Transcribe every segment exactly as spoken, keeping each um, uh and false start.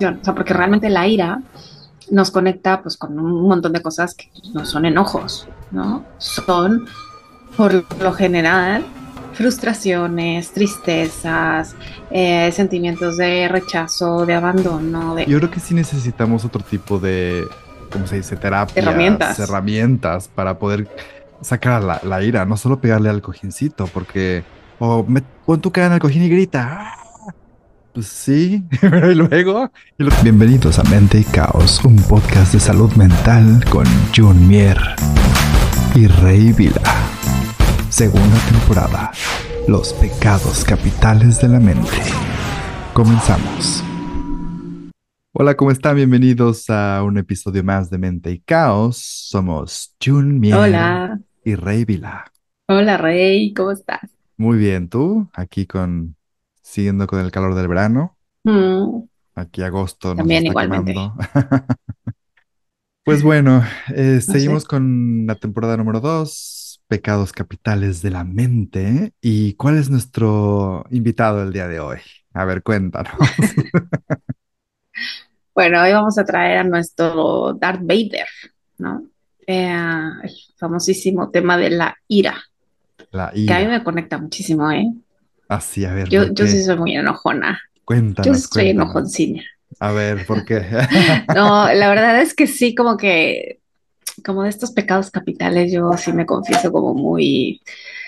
O sea, porque realmente la ira nos conecta pues con un montón de cosas que no son enojos, ¿no? Son, por lo general, frustraciones, tristezas, eh, sentimientos de rechazo, de abandono, de Yo creo que sí necesitamos otro tipo de, ¿cómo se dice? Terapias, herramientas. herramientas para poder sacar la, la ira, no solo pegarle al cojincito, porque, o me, pon tu cara en el cojín y grita. "Ah". Pues sí, pero y luego. y lo- Bienvenidos a Mente y Caos, un podcast de salud mental con Jun Mier y Rey Vila. Segunda temporada, los pecados capitales de la mente. Comenzamos. Hola, ¿cómo están? Bienvenidos a un episodio más de Mente y Caos. Somos Jun Mier Hola, y Rey Vila. hola Rey, ¿cómo estás? Muy bien, ¿tú? Aquí con, siguiendo con el calor del verano. Mm, Aquí agosto nos también está igualmente, quemando. Pues bueno, eh, no seguimos sé. con la temporada número dos, pecados capitales de la mente. ¿Y cuál es nuestro invitado el día de hoy? A ver, cuéntanos. Bueno, hoy vamos a traer a nuestro Darth Vader, ¿no? Eh, el famosísimo tema de la ira, La que a mí ira. me conecta muchísimo, ¿eh? Así, a ver, Yo, ¿por yo sí qué? soy muy enojona, yo sí Cuéntanos, soy cuéntanos. enojoncina. A ver, ¿por qué? No, la verdad es que sí, como que, como de estos pecados capitales, yo sí me confieso como muy,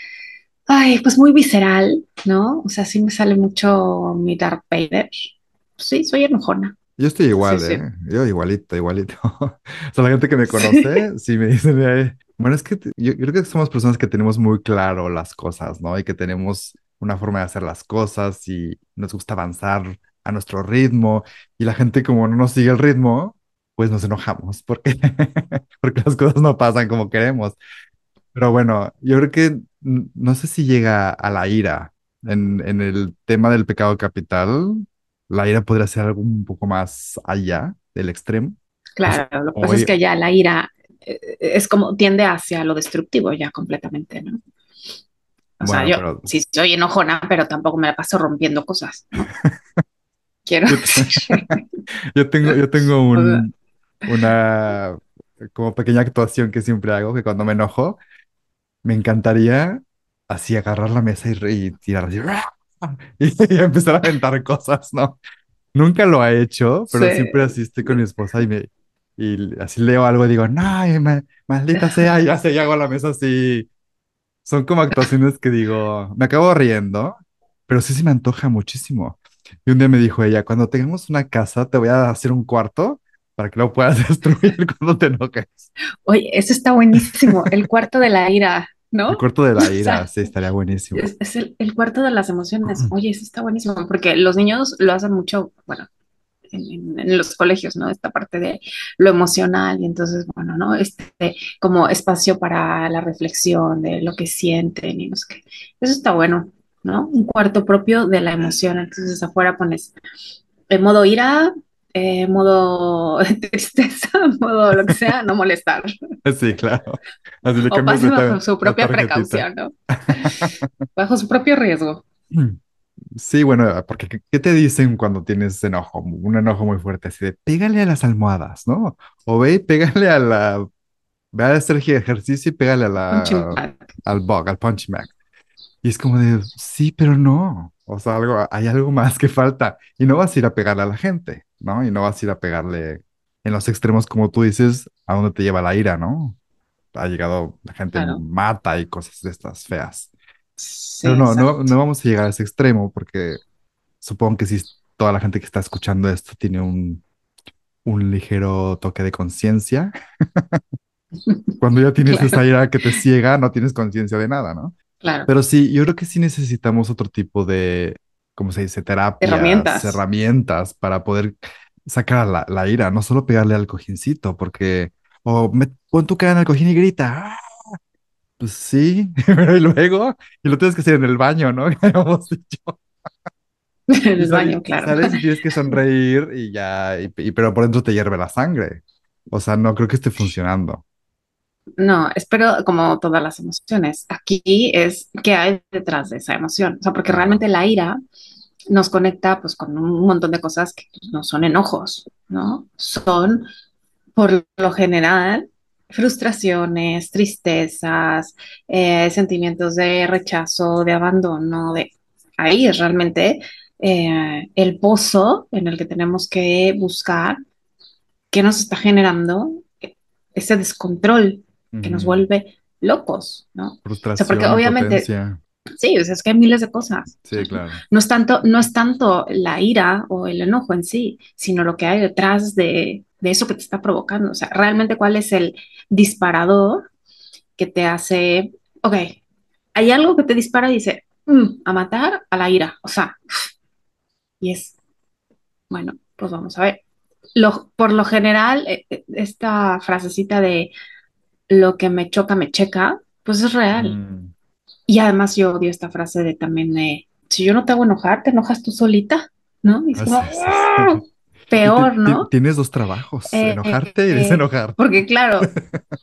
ay, pues muy visceral, ¿no? O sea, sí me sale mucho mi Darth Vader. Sí, soy enojona. Yo estoy Sí, igual, sí. ¿eh? Yo igualito, igualito. O sea, la gente que me Sí, conoce, sí me dicen, eh, bueno, es que te- yo, yo creo que somos personas que tenemos muy claro las cosas, ¿no? Y que tenemos una forma de hacer las cosas y nos gusta avanzar a nuestro ritmo. Y la gente como no nos sigue el ritmo, pues nos enojamos porque, porque las cosas no pasan como queremos. Pero bueno, yo creo que mm, no sé si llega a la ira en, en el tema del pecado capital. La ira podría ser algo un poco más allá del extremo. O sea, claro, lo que pasa es hoy, que ya la ira eh, es como tiende hacia lo destructivo ya completamente, ¿no? O sea, bueno, yo pero sí soy enojona, pero tampoco me la paso rompiendo cosas, ¿no? Quiero yo, te- decir, yo tengo, yo tengo o sea, un, una como pequeña actuación que siempre hago, que cuando me enojo, me encantaría así agarrar la mesa y, re- y tirar así, y, y empezar a aventar cosas, ¿no? Nunca lo ha hecho, pero siempre sí, así estoy con mi esposa y me y así leo algo y digo, no, ay, ma- maldita sea, y ya sé, y hago la mesa así. Son como actuaciones que digo, me acabo riendo, pero sí se me antoja muchísimo. Y un día me dijo ella, cuando tengamos una casa, te voy a hacer un cuarto para que lo puedas destruir cuando te enojes. oye, eso está buenísimo, el cuarto de la ira, El ¿no? cuarto de O la ira, sea, sí, estaría buenísimo. es, es el, el cuarto de las emociones. Oye, eso está buenísimo, porque los niños lo hacen mucho, bueno, en, en- en los colegios, ¿no? Esta parte de lo emocional y entonces, bueno, ¿no? Este como espacio para la reflexión de lo que sienten y no sé qué. Eso está bueno, ¿no? Un cuarto propio de la emoción. Entonces afuera pones en modo ira, eh, modo tristeza, modo lo que sea, no molestar. Sí, claro. Así le O cambias pase la, bajo ta- su la propia tarjetita. precaución, ¿no? Bajo su propio riesgo. Sí, bueno, porque ¿qué qué te dicen cuando tienes enojo? Un enojo muy fuerte, así de pégale a las almohadas, ¿no? O ve y pégale a la, ve a hacer ej- ejercicio y pégale a Punching la, bag. al bug, al punch bag. Y es como de, sí, pero no. O sea, algo, hay algo más que falta. Y no vas a ir a pegarle a la gente, ¿no? Y no vas a ir a pegarle en los extremos, como tú dices, a dónde te lleva la ira, ¿no? Ha llegado, la gente Claro. mata y cosas de estas feas. Sí, Pero no, no, exacto. no vamos a llegar a ese extremo porque supongo que si toda la gente que está escuchando esto tiene un, un ligero toque de conciencia. Cuando ya tienes esa Claro, ira que te ciega, no tienes conciencia de nada, ¿no? claro. Pero sí, yo creo que sí necesitamos otro tipo de, ¿cómo se dice? Terapias, Herramientas. herramientas para poder sacar la, la ira, no solo pegarle al cojincito, porque, o me, pon tu cara en el cojín y grita. "Ah". Pues sí, pero y luego, y lo tienes que hacer en el baño, ¿no? Que habíamos dicho. En Y, el sa- baño, y- y claro. sales y tienes que sonreír y ya, y, y- pero por dentro te hierve la sangre. O sea, no creo que esté funcionando. No, espero como todas las emociones. Aquí es qué hay detrás de esa emoción. O sea, porque Claro. realmente la ira nos conecta pues con un montón de cosas que pues, no son enojos, ¿no? Son, por lo general, frustraciones, tristezas, eh, sentimientos de rechazo, de abandono, de ahí es realmente eh, el pozo en el que tenemos que buscar qué nos está generando ese descontrol que nos Ujú. vuelve locos, ¿no? O sea, porque Frustración, obviamente impotencia. sí, o sea, es que hay miles de cosas. Sí, claro. No es tanto, no es tanto la ira o el enojo en sí, sino lo que hay detrás de, de eso que te está provocando. O sea, realmente cuál es el disparador que te hace, ok, hay algo que te dispara y dice, "Mm, a matar a la ira". O sea, y es, bueno, pues vamos a ver. Lo, por lo general, eh, eh, esta frasecita de lo que me choca, me checa, pues es real. Mm. Y además yo odio esta frase de también de, si yo no te hago enojar, te enojas tú solita, ¿no? Y es Ah, como, sí, sí, sí. ¡ah! Y ti- Peor, ti- ¿no? tienes dos trabajos, Eh, enojarte y eh, desenojarte. porque claro,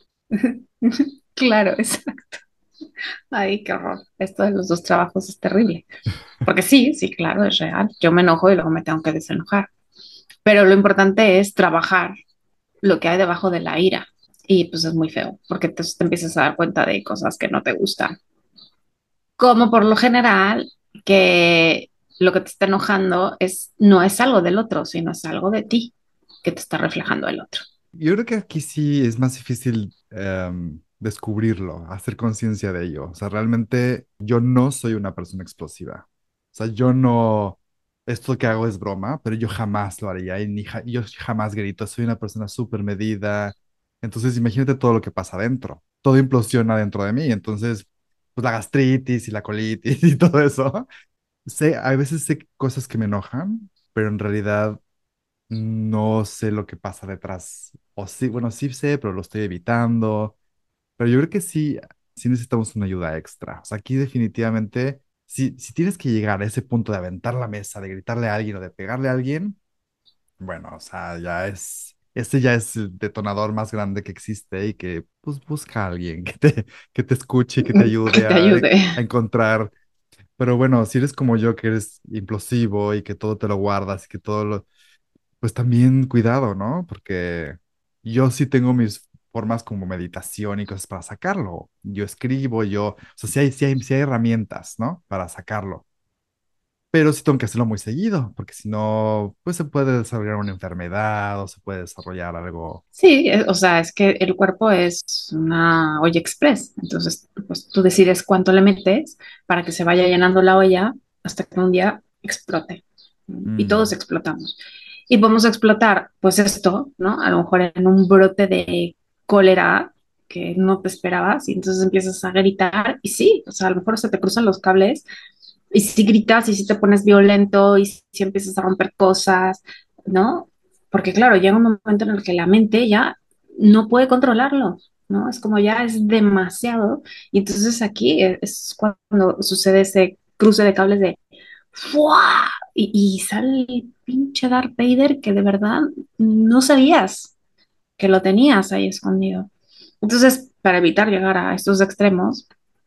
claro, exacto. Ay, qué horror. Esto de los dos trabajos es terrible. Porque sí, sí, claro, es real. Yo me enojo y luego me tengo que desenojar. Pero lo importante es trabajar lo que hay debajo de la ira. Y pues es muy feo, porque te, te empiezas a dar cuenta de cosas que no te gustan. Como por lo general, que lo que te está enojando es, no es algo del otro, sino es algo de ti que te está reflejando el otro. Yo creo que aquí sí es más difícil em, descubrirlo, hacer conciencia de ello. O sea, realmente yo no soy una persona explosiva. O sea, yo no, esto que hago es broma, pero yo jamás lo haría y ni ja- yo jamás grito. Soy una persona súper medida. Entonces, imagínate todo lo que pasa adentro. Todo implosiona dentro de mí. Entonces, pues la gastritis y la colitis y todo eso. Sé, a veces sé cosas que me enojan, pero en realidad no sé lo que pasa detrás. O sí, bueno, sí sé, pero lo estoy evitando. Pero yo creo que sí, sí necesitamos una ayuda extra. O sea, aquí definitivamente, si, si tienes que llegar a ese punto de aventar la mesa, de gritarle a alguien o de pegarle a alguien, bueno, o sea, ya es, este ya es el detonador más grande que existe y que pues busca a alguien que te, que te escuche y que te Que ayude te a, a ayude. encontrar. Pero bueno, si eres como yo, que eres implosivo y que todo te lo guardas y que todo lo, pues también cuidado, ¿no? Porque yo sí tengo mis formas como meditación y cosas para sacarlo. Yo escribo, yo, o sea, sí hay, sí hay, sí hay herramientas, ¿no? Para sacarlo. Pero sí tengo que hacerlo muy seguido, porque si no, pues se puede desarrollar una enfermedad o se puede desarrollar algo. Sí, eh, o sea, es que el cuerpo es una olla express. Entonces, pues tú decides cuánto le metes para que se vaya llenando la olla hasta que un día explote. Y todos Mm, explotamos. Y podemos explotar, pues esto, ¿no? A lo mejor en un brote de cólera que no te esperabas y entonces empiezas a gritar y sí, o sea, a lo mejor se te cruzan los cables y si gritas y si te pones violento y si empiezas a romper cosas, ¿no? Porque claro, llega un momento en el que la mente ya no puede controlarlo, ¿no? Es como ya es demasiado y entonces aquí es cuando sucede ese cruce de cables de ¡fua! Y, y sale el pinche Darth Vader que de verdad no sabías que lo tenías ahí escondido. Entonces, para evitar llegar a estos extremos,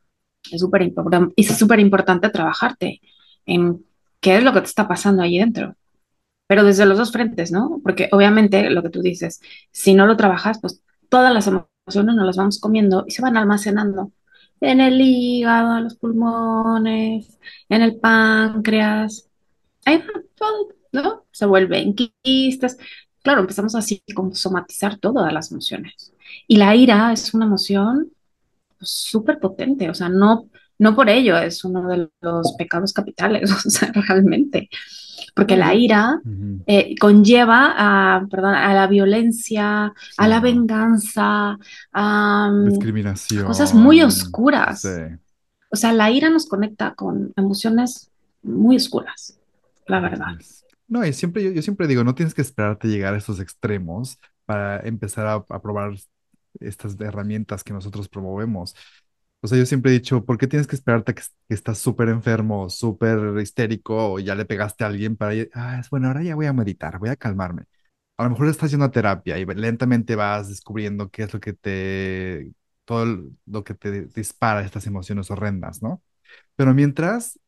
es súper importante, es súper importante trabajarte en qué es lo que te está pasando ahí dentro, pero desde los dos frentes, ¿no? Porque obviamente lo que tú dices, si no lo trabajas, pues todas las emociones nos las vamos comiendo y se van almacenando en el hígado, en los pulmones, en el páncreas, ahí va todo, ¿no? Se vuelven quistes. Claro, empezamos así como somatizar todas las emociones. Y la ira es una emoción pues, súper potente, o sea, no, no por ello es uno de los pecados capitales, o sea, realmente, porque no, la yo. ira Ujú. eh, conlleva a, perdón, a la violencia, Sí, a la no. venganza, a, mm, a cosas muy Discriminación. Sí. oscuras. O sea, la ira nos conecta con emociones muy oscuras, la Así verdad. es. No, y siempre yo, yo siempre digo, no tienes que esperarte a llegar a estos extremos para empezar a, a probar estas herramientas que nosotros promovemos. O sea, yo siempre he dicho, ¿por qué tienes que esperarte a que, que estás súper enfermo, súper histérico o ya le pegaste a alguien para ir, ah, es bueno, ahora ya voy a meditar, voy a calmarme? A lo mejor estás yendo a terapia y lentamente vas descubriendo qué es lo que te, todo el- lo que te dispara estas emociones horrendas, ¿no? Pero mientras,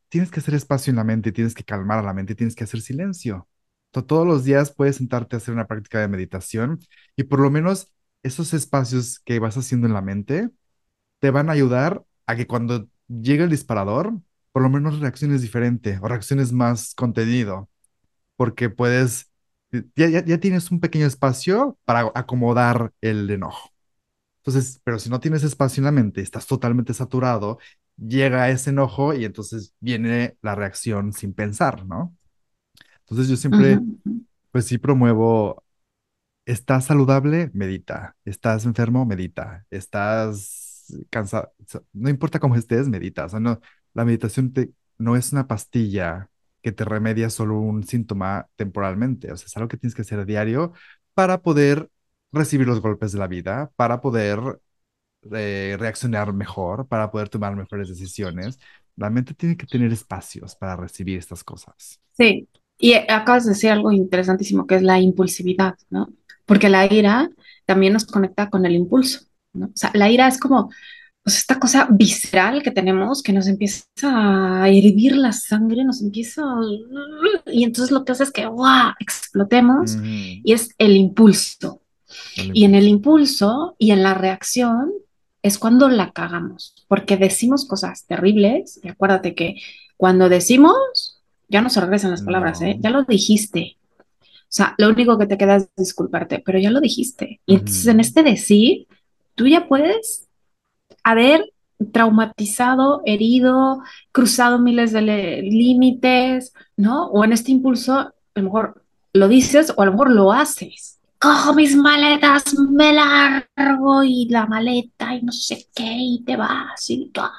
tienes que hacer espacio en la mente, tienes que calmar a la mente, tienes que hacer silencio. To- Todos los días puedes sentarte a hacer una práctica de meditación y por lo menos esos espacios que vas haciendo en la mente te van a ayudar a que cuando llegue el disparador, por lo menos reacciones diferente o reacciones más contenido, porque puedes, ya, ya, ya tienes un pequeño espacio para acomodar el enojo. Entonces, pero si no tienes espacio en la mente, estás totalmente saturado, llega ese enojo y entonces viene la reacción sin pensar, ¿no? Entonces yo siempre, Ujú, pues sí promuevo. ¿Estás saludable? Medita. ¿Estás enfermo? Medita. ¿Estás cansado? O sea, no importa cómo estés, medita. O sea, no, la meditación te, no es una pastilla que te remedia solo un síntoma temporalmente. O sea, es algo que tienes que hacer a diario para poder recibir los golpes de la vida, para poder eh, reaccionar mejor, para poder tomar mejores decisiones. La mente tiene que tener espacios para recibir estas cosas. sí, y acabas de decir algo interesantísimo que es la impulsividad, ¿no? Porque la ira también nos conecta con el impulso, ¿no? O sea, la ira es como pues, esta cosa visceral que tenemos que nos empieza a hervir la sangre, nos empieza a... Y entonces lo que hace es que ¡guau! Explotemos Ujú. y es el impulso. El Y en el impulso. impulso y en la reacción es cuando la cagamos, porque decimos cosas terribles y acuérdate que cuando decimos, ya no se regresan las palabras, ¿eh? No. Ya lo dijiste. O sea, lo único que te queda es disculparte, pero ya lo dijiste. Y entonces en Ujú. este decir, tú ya puedes haber traumatizado, herido, cruzado miles de le- límites, ¿no? O en este impulso, a lo mejor lo dices o a lo mejor lo haces. Cojo mis maletas, me largo y la maleta y no sé qué, y te vas y, ¡ah!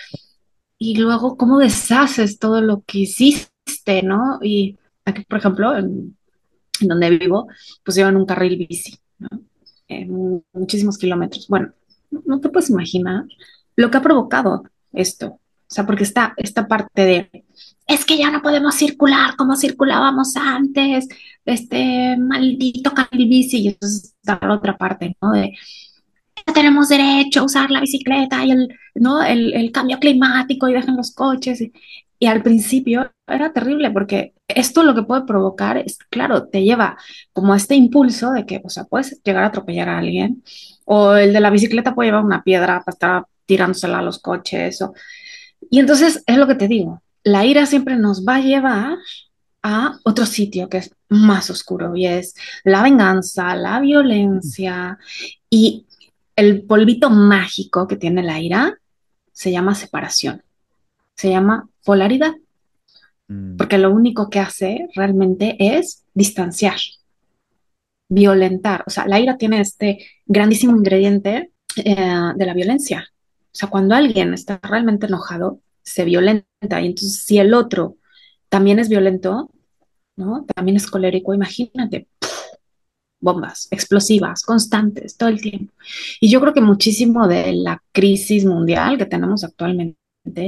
Y luego, ¿cómo deshaces todo lo que hiciste, ¿no? Y aquí, por ejemplo, en, en donde vivo, pues llevan un carril bici, ¿no? En muchísimos kilómetros. Bueno, no no te puedes imaginar lo que ha provocado esto. O sea, porque está esta parte de, es que ya no podemos circular como circulábamos antes, este maldito carril bici, y entonces está la otra parte, ¿no? De, tenemos derecho a usar la bicicleta y el, ¿no? el, el cambio climático y dejen los coches. Y, y al principio era terrible porque esto lo que puede provocar es, claro, te lleva como a este impulso de que, o sea, puedes llegar a atropellar a alguien o el de la bicicleta puede llevar una piedra para estar tirándosela a los coches. O, y entonces es lo que te digo, la ira siempre nos va a llevar a otro sitio que es más oscuro y es la venganza, la violencia y el polvito mágico que tiene la ira se llama separación, se llama polaridad, Mm. porque lo único que hace realmente es distanciar, violentar. O sea, la ira tiene este grandísimo ingrediente eh, de la violencia. O sea, cuando alguien está realmente enojado, se violenta y entonces si el otro también es violento, ¿no? También es colérico, imagínate, bombas explosivas, constantes, todo el tiempo. Y yo creo que muchísimo de la crisis mundial que tenemos actualmente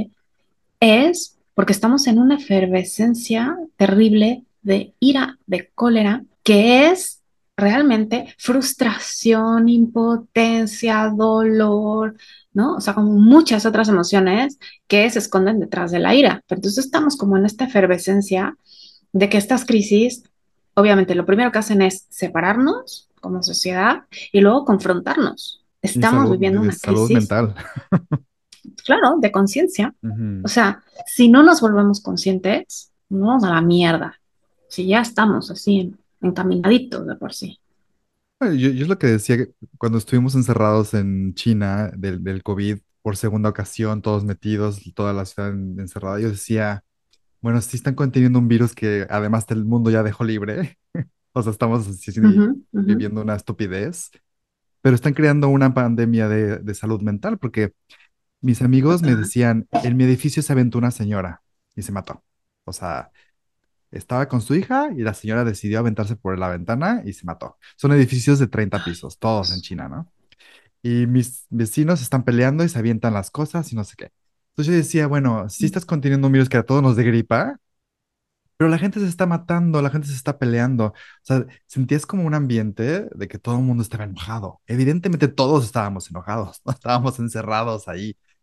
es porque estamos en una efervescencia terrible de ira, de cólera, que es realmente frustración, impotencia, dolor, ¿no? O sea, como muchas otras emociones que se esconden detrás de la ira. Pero entonces estamos como en esta efervescencia de que estas crisis, obviamente, lo primero que hacen es separarnos como sociedad y luego confrontarnos. Y Estamos salud, viviendo de una salud crisis, mental. claro, de conciencia. O Ujú. sea, si no nos volvemos conscientes, nos vamos a la mierda. Si ya estamos así encaminaditos de por sí. Bueno, Yo, yo es lo que decía que cuando estuvimos encerrados en China del, del COVID por segunda ocasión, todos metidos, toda la ciudad en- encerrada, yo decía, bueno, sí están conteniendo un virus que además del mundo ya dejó libre, o sea, estamos así, sí, Ujú, ujú, viviendo una estupidez, pero están creando una pandemia de, de salud mental porque mis amigos me total. decían, en mi edificio se aventó una señora y se mató. O sea, estaba con su hija y la señora decidió aventarse por la ventana y se mató. Son edificios de treinta pisos, todos en China, ¿no? Y mis vecinos están peleando y se avientan las cosas y no sé qué. Entonces yo decía, bueno, si estás conteniendo un virus que a todos nos dé gripa, pero la gente se está matando, la gente se está peleando. O sea, sentías como un ambiente de que todo el mundo estaba enojado. Evidentemente todos estábamos enojados, ¿no? Estábamos encerrados ahí.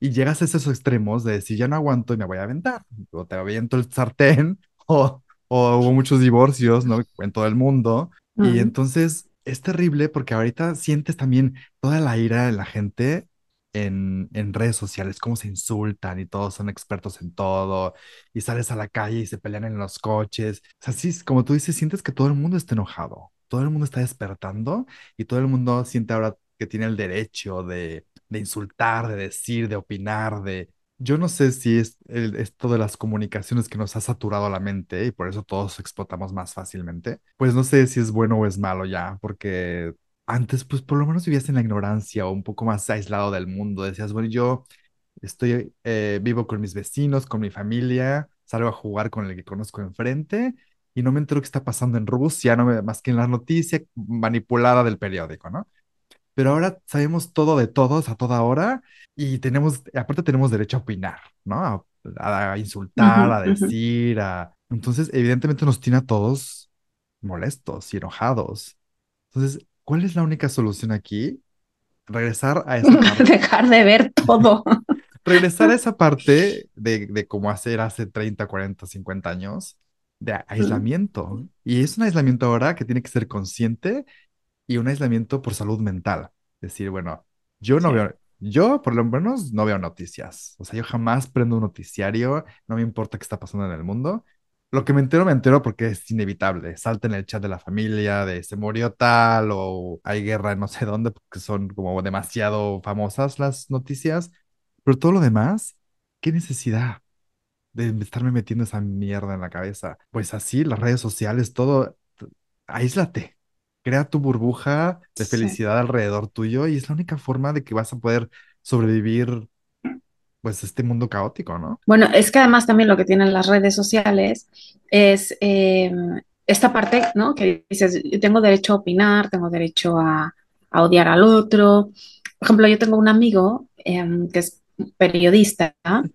Y llegas a esos extremos de decir, ya no aguanto y me voy a aventar, o te aviento el sartén, o, o hubo muchos divorcios, ¿no? En todo el mundo. Y Ujú, entonces es terrible porque ahorita sientes también toda la ira de la gente en, en redes sociales, cómo se insultan y todos son expertos en todo, y sales a la calle y se pelean en los coches. O sea, sí, es como tú dices, sientes que todo el mundo está enojado, todo el mundo está despertando y todo el mundo siente ahora que tiene el derecho de, de insultar, de decir, de opinar, de... Yo no sé si es el- esto de las comunicaciones que nos ha saturado la mente y por eso todos explotamos más fácilmente. Pues no sé si es bueno o es malo ya, porque antes pues por lo menos vivías en la ignorancia o un poco más aislado del mundo. Decías, bueno, yo estoy eh, vivo con mis vecinos, con mi familia, salgo a jugar con el que conozco enfrente y no me entero qué está pasando en Rusia, no me, más que en la noticia manipulada del periódico, ¿no? Pero ahora sabemos todo de todos a toda hora y tenemos, aparte tenemos derecho a opinar, ¿no? A, a insultar, ujú, a ujú. decir, a... Entonces, evidentemente nos tiene a todos molestos y enojados. Entonces, ¿cuál es la única solución aquí? Regresar a esa parte, Dejar de ver todo. regresar a esa parte de, de cómo hacer hace treinta, cuarenta, cincuenta años de a- Mm, aislamiento. Y es un aislamiento ahora que tiene que ser consciente y un aislamiento por salud mental. Decir, bueno, yo no sí. veo, yo por lo menos no veo noticias. O sea, yo jamás prendo un noticiario, no me importa qué está pasando en el mundo. Lo que me entero, me entero porque es inevitable. Salta en el chat de la familia de se murió tal o hay guerra en no sé dónde, porque son como demasiado famosas las noticias. Pero todo lo demás, ¿qué necesidad de estarme metiendo esa mierda en la cabeza? Pues así, las redes sociales, todo, aíslate, crea tu burbuja de Sí. felicidad alrededor tuyo y es la única forma de que vas a poder sobrevivir, pues, este mundo caótico, ¿no? Bueno, es que además también lo que tienen las redes sociales es eh, esta parte, ¿no? Que dices, yo tengo derecho a opinar, tengo derecho a, a odiar al otro. Por ejemplo, yo tengo un amigo em, que es periodista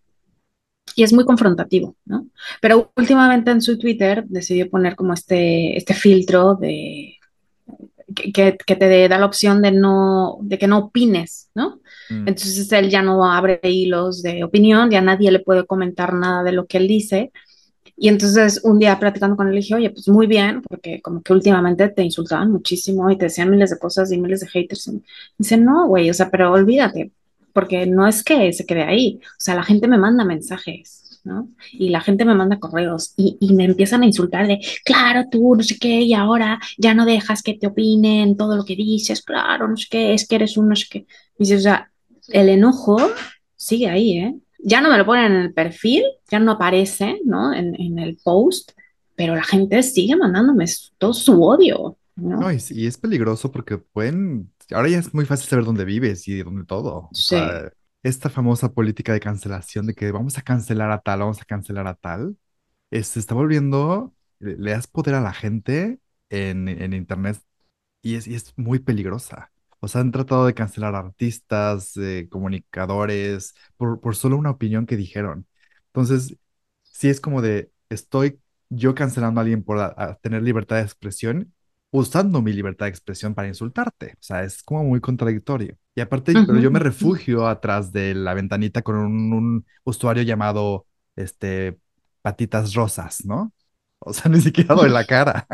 y es muy confrontativo, ¿no? Pero últimamente en su Twitter decidió poner como este, este filtro de que, que, que te da la opción de no, de que no opines, ¿no? Mm. Entonces él ya no abre hilos de opinión, ya nadie le puede comentar nada de lo que él dice. Y entonces un día platicando con él dije, oye, pues muy bien, porque como que últimamente te insultaban muchísimo y te decían miles de cosas y miles de haters. Y dice, no, güey, o sea, pero olvídate, porque no es que se quede ahí, o sea, la gente me manda mensajes, ¿no? Y la gente me manda correos y, y me empiezan a insultar de, claro, tú, no sé qué, y ahora ya no dejas que te opinen todo lo que dices, claro, no sé qué, es que eres un no sé qué. Y dice, o sea, el enojo sigue ahí, ¿eh? Ya no me lo ponen en el perfil, ya no aparece, ¿no? En, en el post, pero la gente sigue mandándome todo su odio, No, ¿no? y, y es peligroso porque pueden, ahora ya es muy fácil saber dónde vives y dónde todo. O Sí. sea, esta famosa política de cancelación de que vamos a cancelar a tal, vamos a cancelar a tal, eh, se está volviendo, le, le das poder a la gente en, en internet y es, y es muy peligrosa. O sea, han tratado de cancelar artistas, eh, comunicadores, por, por solo una opinión que dijeron. Entonces, sí es como de, estoy yo cancelando a alguien por a- a tener libertad de expresión, usando mi libertad de expresión para insultarte. O sea, es como muy contradictorio. Y aparte, pero Ujú, yo me ujú. refugio atrás de la ventanita con un, un usuario llamado, este, Patitas Rosas, ¿no? O sea, ni siquiera doy la cara.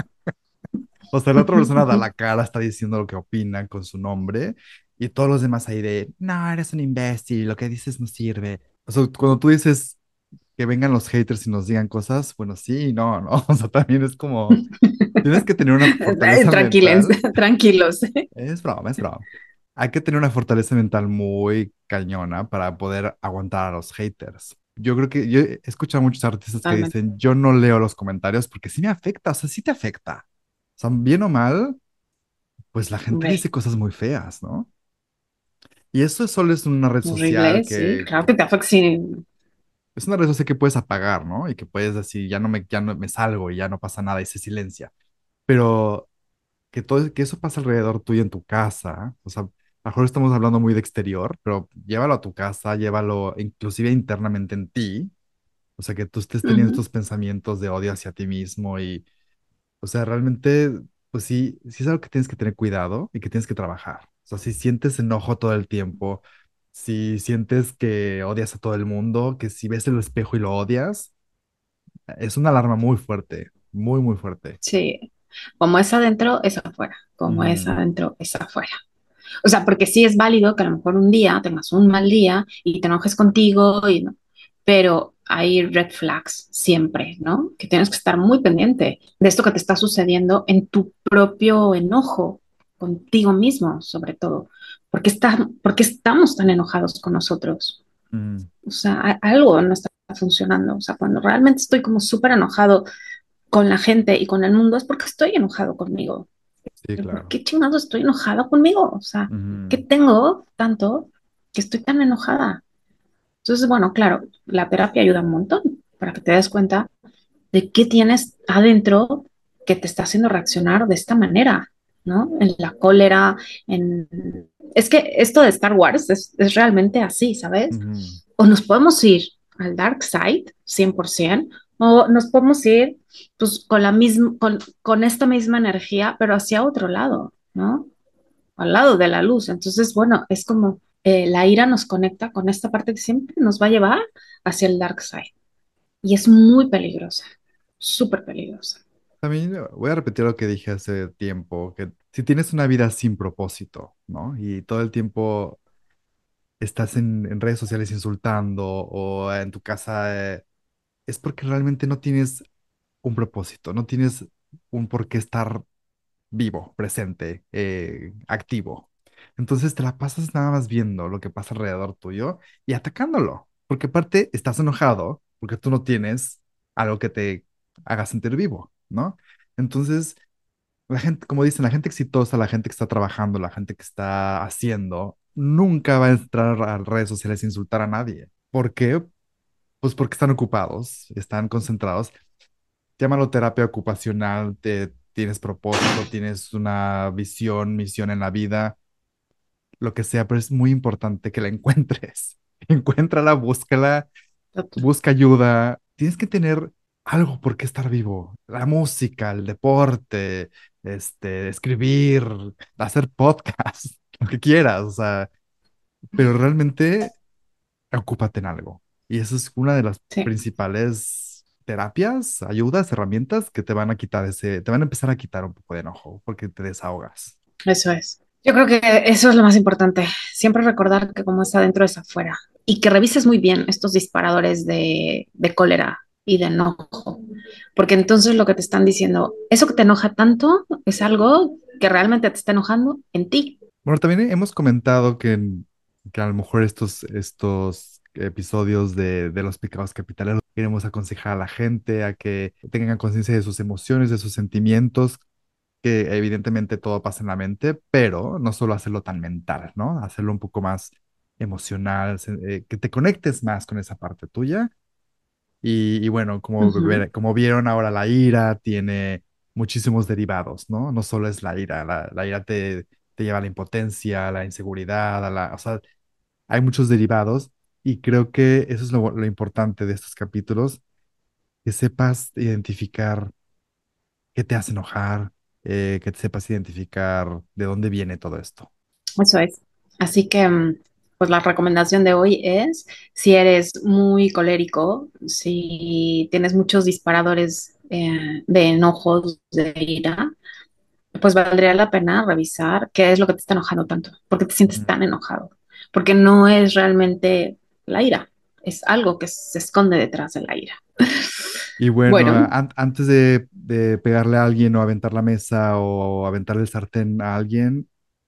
O sea, la otra persona da la cara, está diciendo lo que opina con su nombre y todos los demás ahí de, no, eres un imbécil, lo que dices no sirve. O sea, cuando tú dices que vengan los haters y nos digan cosas, bueno, sí, y no, ¿no? O sea, también es como, tienes que tener una Eh, fortaleza Tranquilos, mental. tranquilos. Es broma, es broma. Hay que tener una fortaleza mental muy cañona para poder aguantar a los haters. Yo creo que yo he escuchado a muchos artistas que Totalmente. dicen, yo no leo los comentarios porque sí me afecta, o sea, sí te afecta. O sea, bien o mal, pues la gente Hombre, dice cosas muy feas, ¿no? Y eso solo es una red social horrible, sí, que, claro que que te afecta. Sí. es una red social que puedes apagar, ¿no? Y que puedes decir, ya no me, ya no me salgo y ya no pasa nada y se silencia. Pero que todo, que eso pasa alrededor tuyo en tu casa, o sea, a lo mejor estamos hablando muy de exterior, pero llévalo a tu casa, llévalo inclusive internamente en ti, o sea, que tú estés teniendo Ujú. estos pensamientos de odio hacia ti mismo y, o sea, realmente, pues sí, sí es algo que tienes que tener cuidado y que tienes que trabajar. O sea, si sientes enojo todo el tiempo, si sientes que odias a todo el mundo, que si ves el espejo y lo odias, es una alarma muy fuerte, muy, muy fuerte. Sí, como es adentro, es afuera, como es Ujú, adentro, es afuera. O sea, porque sí es válido que a lo mejor un día tengas un mal día y te enojes contigo, y no, pero hay red flags siempre, ¿no? Que tienes que estar muy pendiente de esto que te está sucediendo en tu propio enojo, contigo mismo, sobre todo. ¿Por qué está, por qué estamos tan enojados con nosotros? ujú. O sea, a- algo no está funcionando. O sea, cuando realmente estoy como súper enojado con la gente y con el mundo es porque estoy enojado conmigo. Sí, ¿Por claro. qué chingado estoy enojada conmigo? O sea, ¿qué Ujú, tengo tanto que estoy tan enojada? Entonces, bueno, claro, la terapia ayuda un montón para que te des cuenta de qué tienes adentro que te está haciendo reaccionar de esta manera, ¿no? En la cólera, en... Es que esto de Star Wars es, es realmente así, ¿sabes? ujú, O nos podemos ir al dark side, cien por ciento, o nos podemos ir pues con la misma, con, con esta misma energía, pero hacia otro lado, ¿no? Al lado de la luz. Entonces, bueno, es como eh, la ira nos conecta con esta parte que siempre nos va a llevar hacia el dark side. Y es muy peligrosa, súper peligrosa. También eh, voy a repetir lo que dije hace tiempo, que si tienes una vida sin propósito, ¿no? Y todo el tiempo estás en, en redes sociales insultando o en tu casa, eh, es porque realmente no tienes un propósito, no tienes un por qué estar vivo, presente, eh, activo. Entonces te la pasas nada más viendo lo que pasa alrededor tuyo y atacándolo, porque aparte estás enojado porque tú no tienes algo que te haga sentir vivo, ¿no? Entonces, la gente, como dicen, la gente exitosa, la gente que está trabajando, la gente que está haciendo, nunca va a entrar a redes sociales a insultar a nadie. ¿Por qué? Pues porque están ocupados, están concentrados. Llámalo terapia ocupacional, te, tienes propósito, tienes una visión, misión en la vida, lo que sea, pero es muy importante que la encuentres. Encuéntrala, búscala, busca ayuda. Tienes que tener algo por qué estar vivo. La música, el deporte, este, escribir, hacer podcast, lo que quieras, o sea, pero realmente ocúpate en algo. Y eso es una de las Sí, principales terapias, ayudas, herramientas que te van a quitar ese, te van a empezar a quitar un poco de enojo porque te desahogas. eso es. Yo creo que eso es lo más importante. Siempre recordar que como está adentro es afuera. Y que revises muy bien estos disparadores de, de cólera y de enojo. Porque entonces lo que te están diciendo, eso que te enoja tanto es algo que realmente te está enojando en ti. Bueno, también hemos comentado que, en- que a lo mejor estos, estos episodios de, de los pecados capitales queremos aconsejar a la gente a que tengan conciencia de sus emociones, de sus sentimientos, que evidentemente todo pasa en la mente, pero no solo hacerlo tan mental, ¿no? Hacerlo un poco más emocional, se- eh, que te conectes más con esa parte tuya. Y, y bueno, como, Ujú. ver- como vieron ahora, la ira tiene muchísimos derivados, ¿no? No solo es la ira, la, la ira te, te lleva a la impotencia, a la inseguridad, a la, o sea, hay muchos derivados y creo que eso es lo, lo importante de estos capítulos, que sepas identificar qué te hace enojar, eh, que sepas identificar de dónde viene todo esto. Eso es. Así que, mm, pues la recomendación de hoy es, si eres muy colérico, si tienes muchos disparadores eh, de enojos, de ira, pues valdría la pena revisar qué es lo que te está enojando tanto, por qué te sientes Ujú. tan enojado, porque no es realmente la ira, es algo que se esconde detrás de la ira. Y bueno, Bueno, an- antes de, de pegarle a alguien o aventar la mesa o aventarle el sartén a alguien,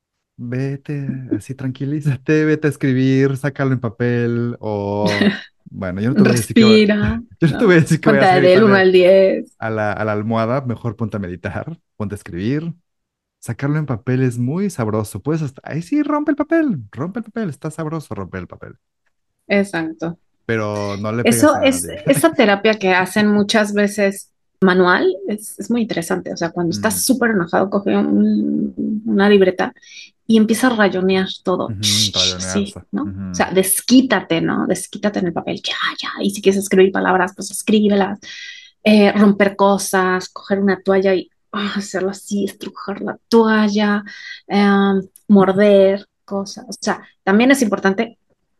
vete, así tranquilízate, vete a escribir, sácalo en papel o, bueno, yo no te voy a decir que, va- respira, yo no te voy a ¿no? decir que vayas a Cuenta del uno gritarle al diez. a la, a la almohada, mejor ponte a meditar, ponte a escribir. Sacarlo en papel es muy sabroso. Puedes hasta, ahí sí, rompe el papel, rompe el papel, está sabroso romper el papel, Exacto. pero no le pegas Eso a es, nadie. esa terapia que hacen muchas veces manual es, es muy interesante. O sea, cuando estás Mm, súper enojado, coge un- una libreta y empieza a rayonear todo. ujú, Sí, rayonearse. ¿no? O Ujú. sea, desquítate, ¿no? Desquítate en el papel. Ya, ya. Y si quieres escribir palabras, pues escríbelas. Eh, romper cosas, coger una toalla y ah, hacerlo así, estrujar la toalla, eh, morder cosas. O sea, también es importante.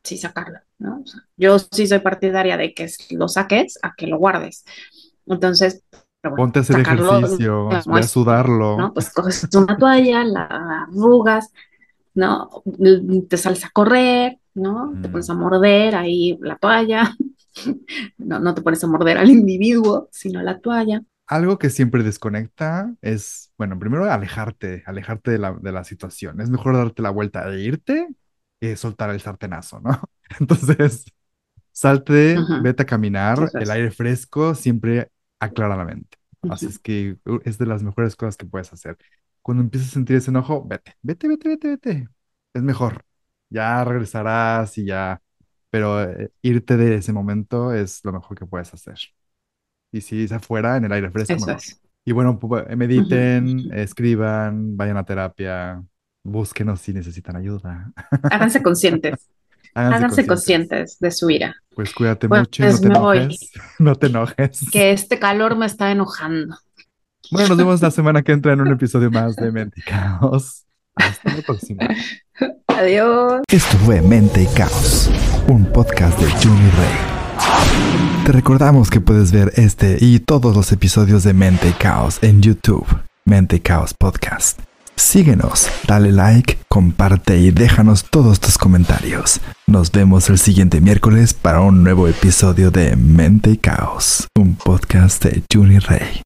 sí sacarlo, ¿no? O sea, yo sí soy partidaria de que lo saques a que lo guardes. Entonces, pero bueno, Ponte a hacer sacarlo, ejercicio, como ve a es, sudarlo. ¿no? Pues coges una toalla, la arrugas, ¿no? Te sales a correr, ¿no? Te Mm. pones a morder ahí la toalla, no, no te pones a morder al individuo, sino la toalla. Algo que siempre desconecta es, bueno, primero alejarte, alejarte de la, de la situación. Es mejor darte la vuelta e irte que soltar el sartenazo, ¿no? Entonces, salte, Ujú, vete a caminar, eso el es. aire fresco siempre aclara la mente. Así Ujú, es que uh, es de las mejores cosas que puedes hacer. Cuando empieces a sentir ese enojo, vete, vete, vete, vete, vete. Es mejor. Ya regresarás y ya, pero eh, irte de ese momento es lo mejor que puedes hacer. Y si es afuera, en el aire fresco, eso mejor. es. Y bueno, pu- eh, Ujú, mediten, ujú. escriban, vayan a terapia, búsquenos si necesitan ayuda. Háganse conscientes, Háganse háganse conscientes. conscientes de su ira. Pues cuídate mucho y no Pues te me voy, enojes. No te enojes. que este calor me está enojando. Bueno, nos vemos la semana que entra en un episodio más de Mente y Caos. Hasta la próxima. Adiós. Esto fue Mente y Caos, un podcast de Juni Rey. Te recordamos que puedes ver este y todos los episodios de Mente y Caos en YouTube, Mente y Caos Podcast. Síguenos, dale like, comparte y déjanos todos tus comentarios. Nos vemos el siguiente miércoles para un nuevo episodio de Mente y Caos, un podcast de Juni Rey.